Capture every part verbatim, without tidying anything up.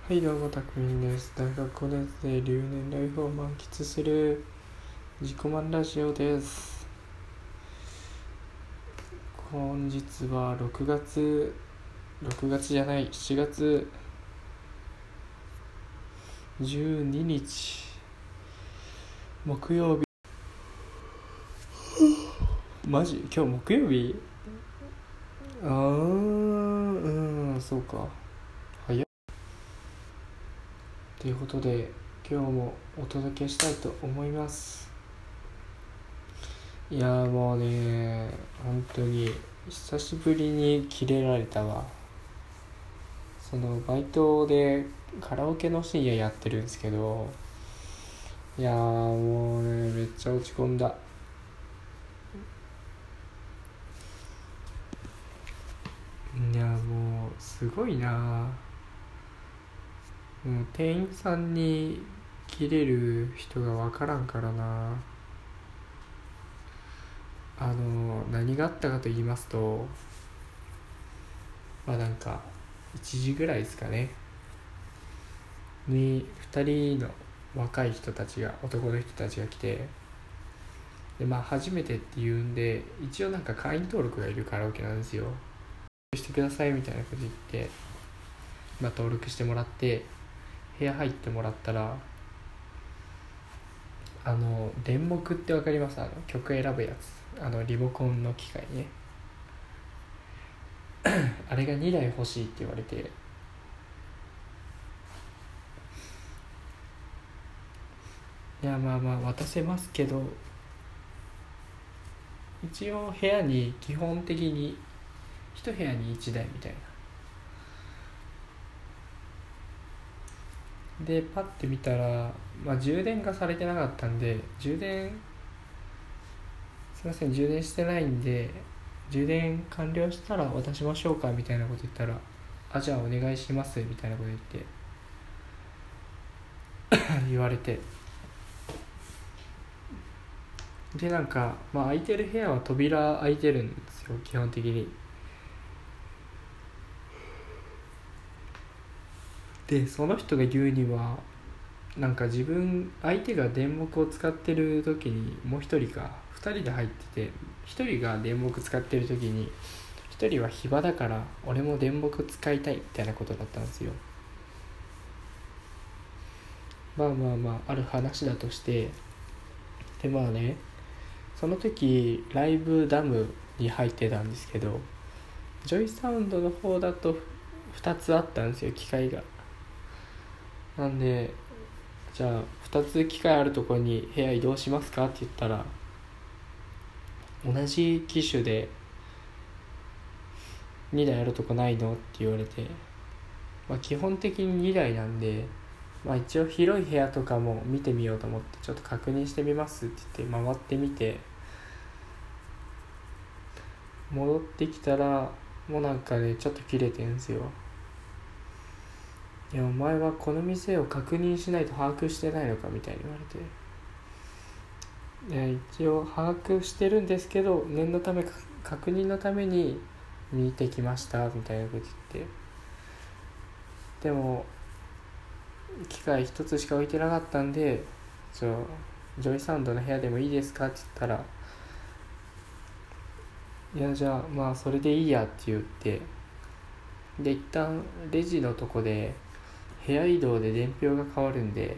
はいどうもたくみんです。大学ごねん生留年ライフを満喫する自己満ラジオです。本日はろくがつろくがつじゃないしちがつじゅうににち木曜日。マジ今日木曜日？あーうんそうか、早っ。ということで今日もお届けしたいと思います。いやーもうね本当に久しぶりにキレられたわ。そのバイトでカラオケの深夜やってるんですけど、いやーもうねめっちゃ落ち込んだ。いやもうすごいな。もう店員さんにキレる人がわからんからな。あの何があったかと言いますと、まあなんかいちじぐらいですかねにふたりの若い人たちが男の人たちが来て、でまあ初めてって言うんで一応なんか会員登録がいるカラオケなんですよ。してくださいみたいなこと言って、まあ、登録してもらって部屋入ってもらったら、あの電目ってわかります？あの曲選ぶやつ、あのリモコンの機械ねあれがにだい欲しいって言われて、いやまあまあ渡せますけど、一応部屋に基本的にいち部屋にいちだいみたいなでパッて見たら、まあ、充電がされてなかったんで、充電すいません充電してないんで充電完了したら渡しましょうかみたいなこと言ったら、あじゃあお願いしますみたいなこと言って言われて、でなんかまあ空いてる部屋は扉開いてるんですよ基本的に。でその人が言うには、なんか自分相手が電木を使ってる時にもう一人かふたりで入ってて、一人が電木使ってる時に一人は暇だから俺も電木使いたいみたいなことだったんですよ。まあまあまあある話だとして、でまあねその時ライブダムに入ってたんですけど、ジョイサウンドの方だとふたつあったんですよ機械が。なんでじゃあふたつ機械あるところに部屋移動しますかって言ったら、同じ機種でにだいあるとこないのって言われて、まあ、基本的ににだいなんで、まあ、一応広い部屋とかも見てみようと思ってちょっと確認してみますって言って回ってみて、戻ってきたらもうなんかねちょっと切れてんすよ。いやお前はこの店を確認しないと把握してないのかみたいに言われて、いや一応把握してるんですけど念のため確認のために見てきましたみたいなこと言って、でも機械一つしか置いてなかったんで、ちょジョイサウンドの部屋でもいいですかって言ったら、いやじゃあまあそれでいいやって言って、で一旦レジのとこで部屋移動で伝票が変わるんで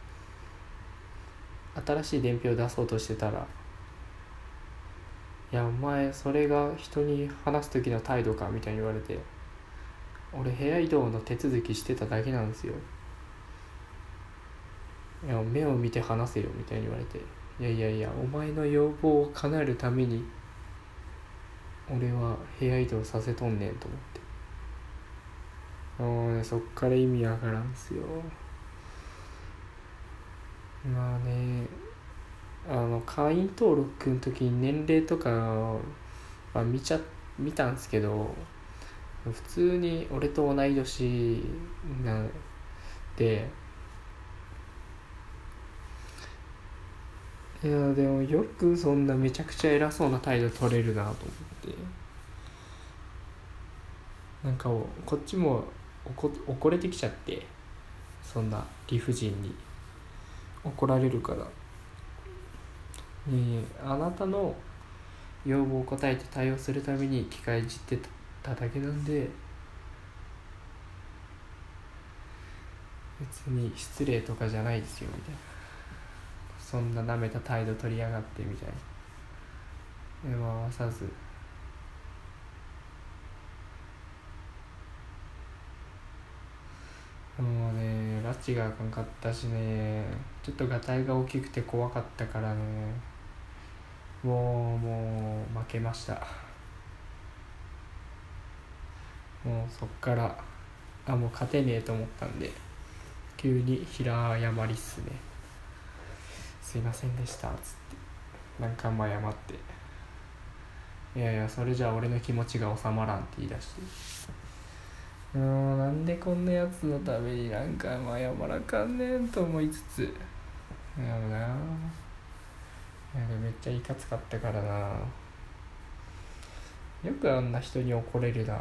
新しい伝票出そうとしてたら、いやお前それが人に話す時の態度かみたいに言われて、俺部屋移動の手続きしてただけなんですよ、いや目を見て話せよみたいに言われて、いやいやいやお前の要望を叶えるために俺は部屋移動させとんねんと思って、もうねそっから意味わからんすよ。まあねあの会員登録の時に年齢とかは見ちゃ見たんすけど、普通に俺と同い年なんで、いやでもよくそんなめちゃくちゃ偉そうな態度取れるなと思って、なんかこっちも怒怒れてきちゃって、 そんな理不尽に怒られるから、ねえ、あなたの要望を答えて対応するために機械いじってただけなんで、別に失礼とかじゃないですよみたいな、そんな舐めた態度取りやがってみたいな、で回さず、もうね拉致があかんかったしね、ちょっとガタイが大きくて怖かったからね、もうもう負けました。もうそっからあもう勝てねえと思ったんで、急に平謝りっすね、すいませんでしたっつって何回も謝って、いやいやそれじゃ俺の気持ちが収まらんって言い出して、もうなんでこんなやつのために何回も謝らかんねんと思いつつ、いやな、なんかめっちゃいかつかったからな、よくあんな人に怒れるな、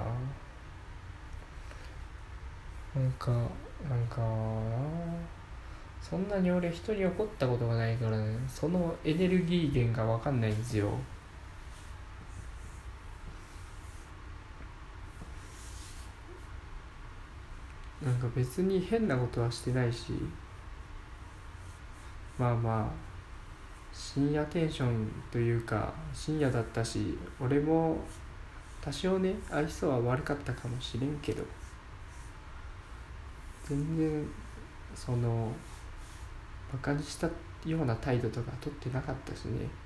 なんかなんかそんなに俺人に怒ったことがないからね、そのエネルギー源が分かんないんですよ。なんか別に変なことはしてないし、まあまあ深夜テンションというか深夜だったし、俺も多少ね愛想は悪かったかもしれんけど、全然そのバカにしたような態度とか取ってなかったしね、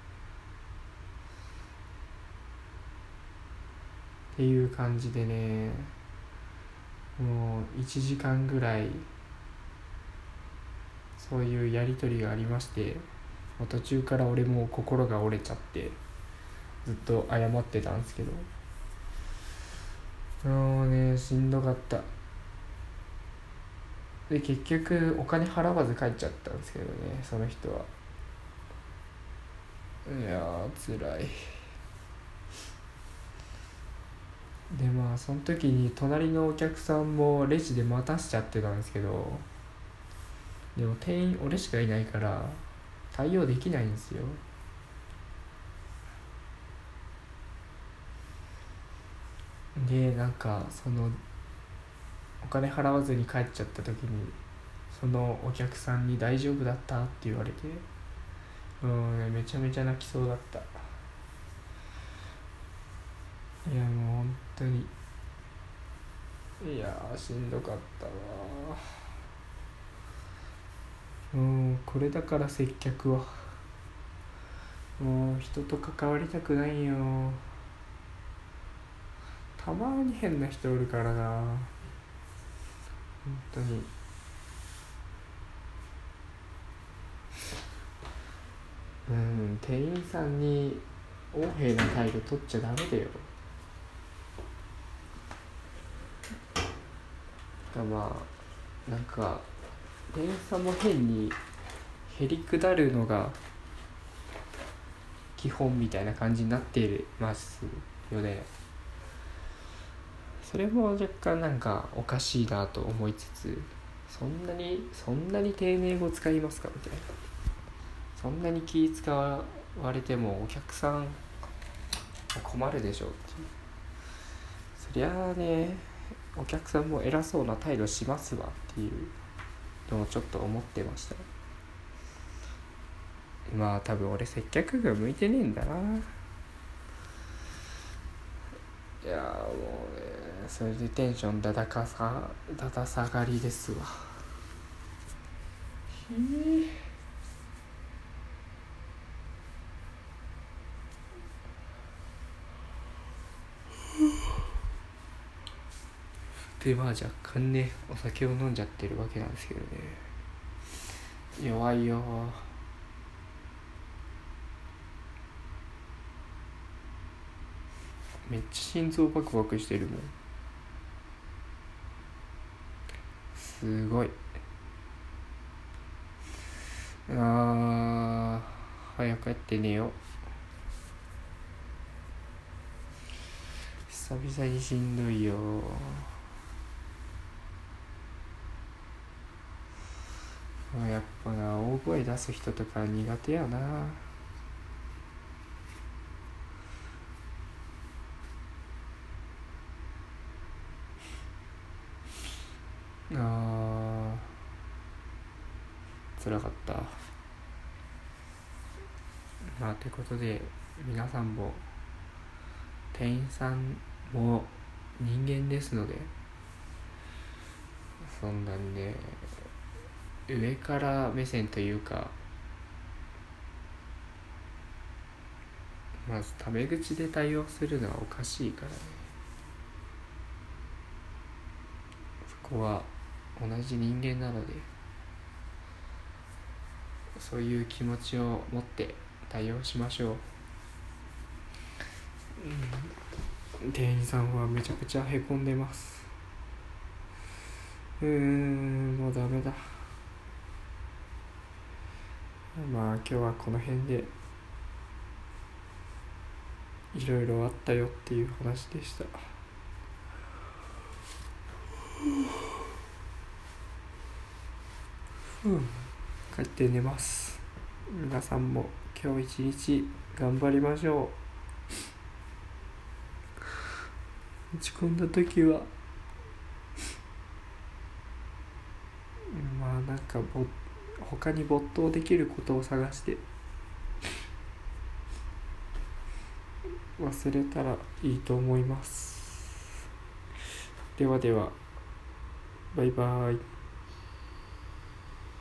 っていう感じでね、もういちじかんぐらいそういうやり取りがありまして、もう途中から俺も心が折れちゃってずっと謝ってたんですけど、もうねしんどかった。で結局お金払わず帰っちゃったんですけどね、その人は。いやー辛い。でまあその時に隣のお客さんもレジで待たしちゃってたんですけど、でも店員俺しかいないから対応できないんですよ。でなんかそのお金払わずに帰っちゃった時にそのお客さんに大丈夫だったって言われて、うんめちゃめちゃ泣きそうだった。いやもう本当に、いやーしんどかったわ。うんこれだから接客はもう人と関わりたくないよ。たまに変な人おるからな、本当に。うん店員さんに横柄な態度取っちゃダメだよ。がまあなんか店員さんも変にへりくだるのが基本みたいな感じになってますよね。それも若干なんかおかしいなと思いつつ、そんなにそんなに丁寧語使いますかみたいな、そんなに気使われてもお客さん困るでしょっていう、そりゃあねお客さんも偉そうな態度しますわっていうのをちょっと思ってました。まあ多分俺接客が向いてねえんだな。いやもうねそれでテンションだだかさだだ下がりですわ。ひーでまあ若干ねお酒を飲んじゃってるわけなんですけどね、弱いよ。めっちゃ心臓バクバクしてるもん、すごい。あー早くやって寝よう。久々にしんどいよ。 やっぱな大声出す人とか苦手やな。あー辛かった。まあてことで皆さんも店員さんも人間ですので、そんなんね上から目線というか、まずタメ口で対応するのはおかしいからね。そこは同じ人間なので、そういう気持ちを持って対応しましょう。うん、店員さんはめちゃくちゃへこんでます。うーんもうダメだ。まあ今日はこの辺でいろいろあったよっていう話でした。うん、帰って寝ます。皆さんも今日一日頑張りましょう。落ち込んだ時はまあなんかぼ他に没頭できることを探して忘れたらいいと思います。ではでは、バイバイ。